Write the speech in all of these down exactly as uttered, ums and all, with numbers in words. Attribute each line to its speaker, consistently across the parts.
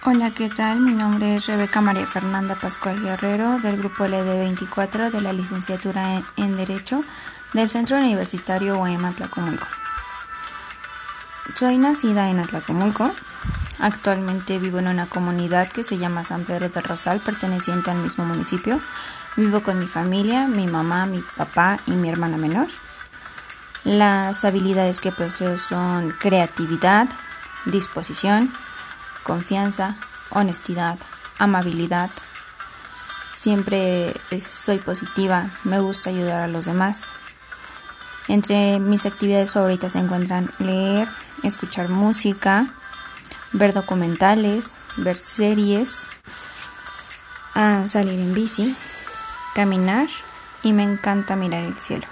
Speaker 1: Hola, ¿qué tal? Mi nombre es Rebeca María Fernanda Pascual Guerrero, del grupo L D veinticuatro de la licenciatura en Derecho del Centro Universitario U E M Atlacomulco. Soy nacida en Atlacomulco. Actualmente vivo en una comunidad que se llama San Pedro del Rosal, perteneciente al mismo municipio. Vivo con mi familia, mi mamá, mi papá y mi hermana menor. Las habilidades que poseo son creatividad, disposición, confianza, honestidad, amabilidad. Siempre soy positiva, me gusta ayudar a los demás. Entre mis actividades favoritas se encuentran leer, escuchar música, ver documentales, ver series, salir en bici, caminar y me encanta mirar el cielo.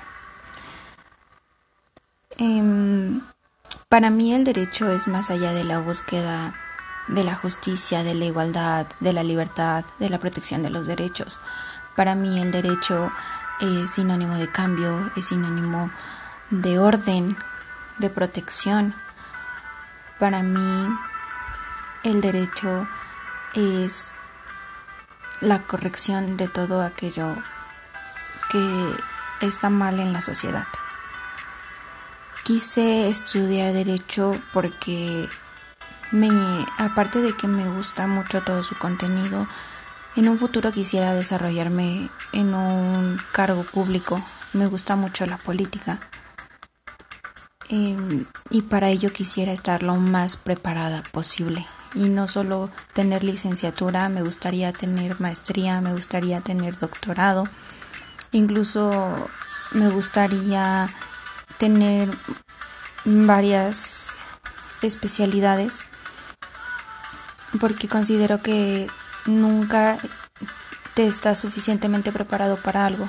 Speaker 1: Eh, para mí el derecho es más allá de la búsqueda de la justicia, de la igualdad, de la libertad, de la protección de los derechos. Para mí el derecho es sinónimo de cambio, es sinónimo de orden, de protección. Para mí el derecho es la corrección de todo aquello que está mal en la sociedad. Quise estudiar derecho porque Me, aparte de que me gusta mucho todo su contenido, en un futuro quisiera desarrollarme en un cargo público. Me gusta mucho la política eh, y para ello quisiera estar lo más preparada posible. Y no solo tener licenciatura, me gustaría tener maestría, me gustaría tener doctorado, incluso me gustaría tener varias especialidades, porque considero que nunca te estás suficientemente preparado para algo.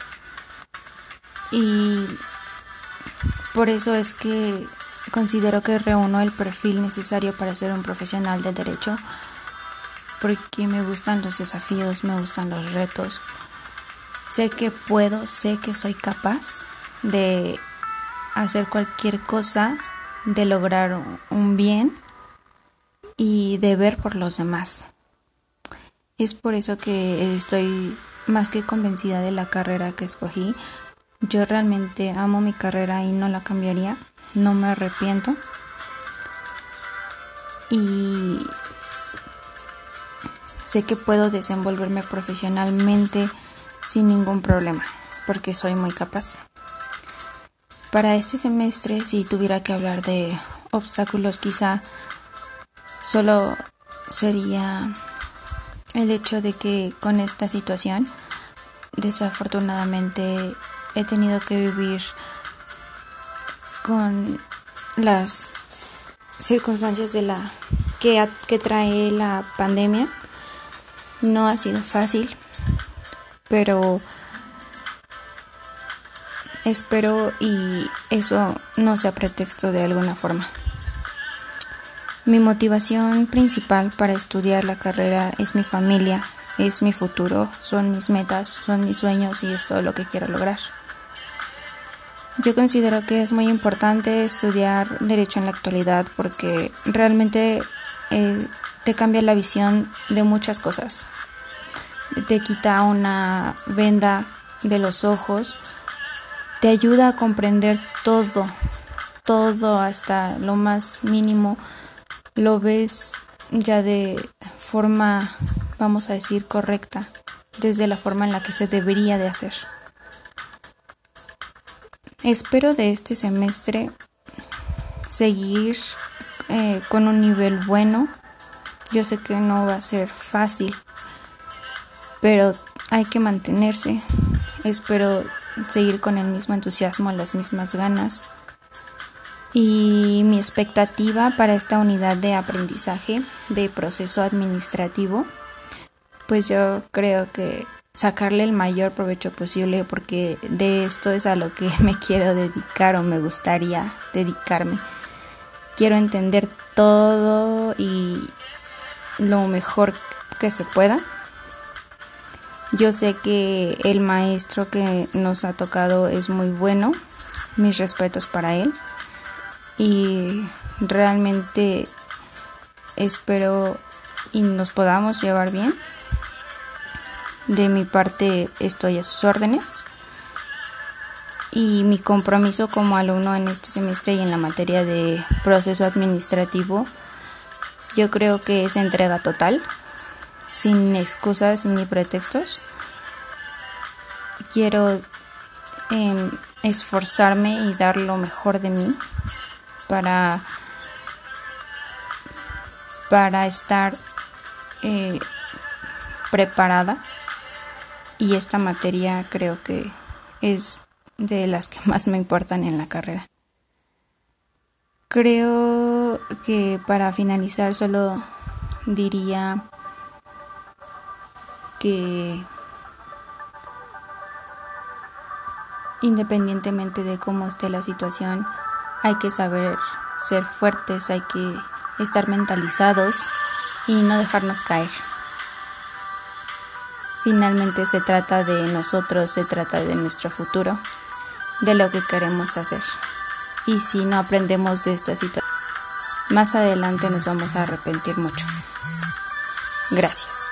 Speaker 1: Y por eso es que considero que reúno el perfil necesario para ser un profesional del derecho, porque me gustan los desafíos, me gustan los retos. Sé que puedo, sé que soy capaz de hacer cualquier cosa, de lograr un bien y de ver por los demás. Es por eso que estoy más que convencida de la carrera que escogí. Yo realmente amo mi carrera y no la cambiaría, no me arrepiento. Y sé que puedo desenvolverme profesionalmente sin ningún problema, porque soy muy capaz. Para este semestre, si tuviera que hablar de obstáculos, quizá solo sería el hecho de que con esta situación, desafortunadamente, he tenido que vivir con las circunstancias de la que, que trae la pandemia. No ha sido fácil, pero espero y eso no sea pretexto de alguna forma. Mi motivación principal para estudiar la carrera es mi familia, es mi futuro, son mis metas, son mis sueños y es todo lo que quiero lograr. Yo considero que es muy importante estudiar derecho en la actualidad porque realmente eh, te cambia la visión de muchas cosas. Te quita una venda de los ojos, te ayuda a comprender todo, todo hasta lo más mínimo. Lo ves ya de forma, vamos a decir, correcta, desde la forma en la que se debería de hacer. Espero de este semestre seguir eh, con un nivel bueno. Yo sé que no va a ser fácil, pero hay que mantenerse. Espero seguir con el mismo entusiasmo, las mismas ganas. Y mi expectativa para esta unidad de aprendizaje de proceso administrativo, pues yo creo que sacarle el mayor provecho posible, porque de esto es a lo que me quiero dedicar o me gustaría dedicarme. Quiero entender todo y lo mejor que se pueda. Yo sé que el maestro que nos ha tocado es muy bueno, mis respetos para él. Y realmente espero y nos podamos llevar bien. De mi parte estoy a sus órdenes, y mi compromiso como alumno en este semestre y en la materia de proceso administrativo, yo creo que es entrega total, sin excusas ni pretextos. Quiero eh, esforzarme y dar lo mejor de mí para, para estar eh, preparada, y esta materia creo que es de las que más me importan en la carrera. Creo que para finalizar solo diría que independientemente de cómo esté la situación, hay que saber ser fuertes, hay que estar mentalizados y no dejarnos caer. Finalmente se trata de nosotros, se trata de nuestro futuro, de lo que queremos hacer. Y si no aprendemos de esta situación, más adelante nos vamos a arrepentir mucho. Gracias.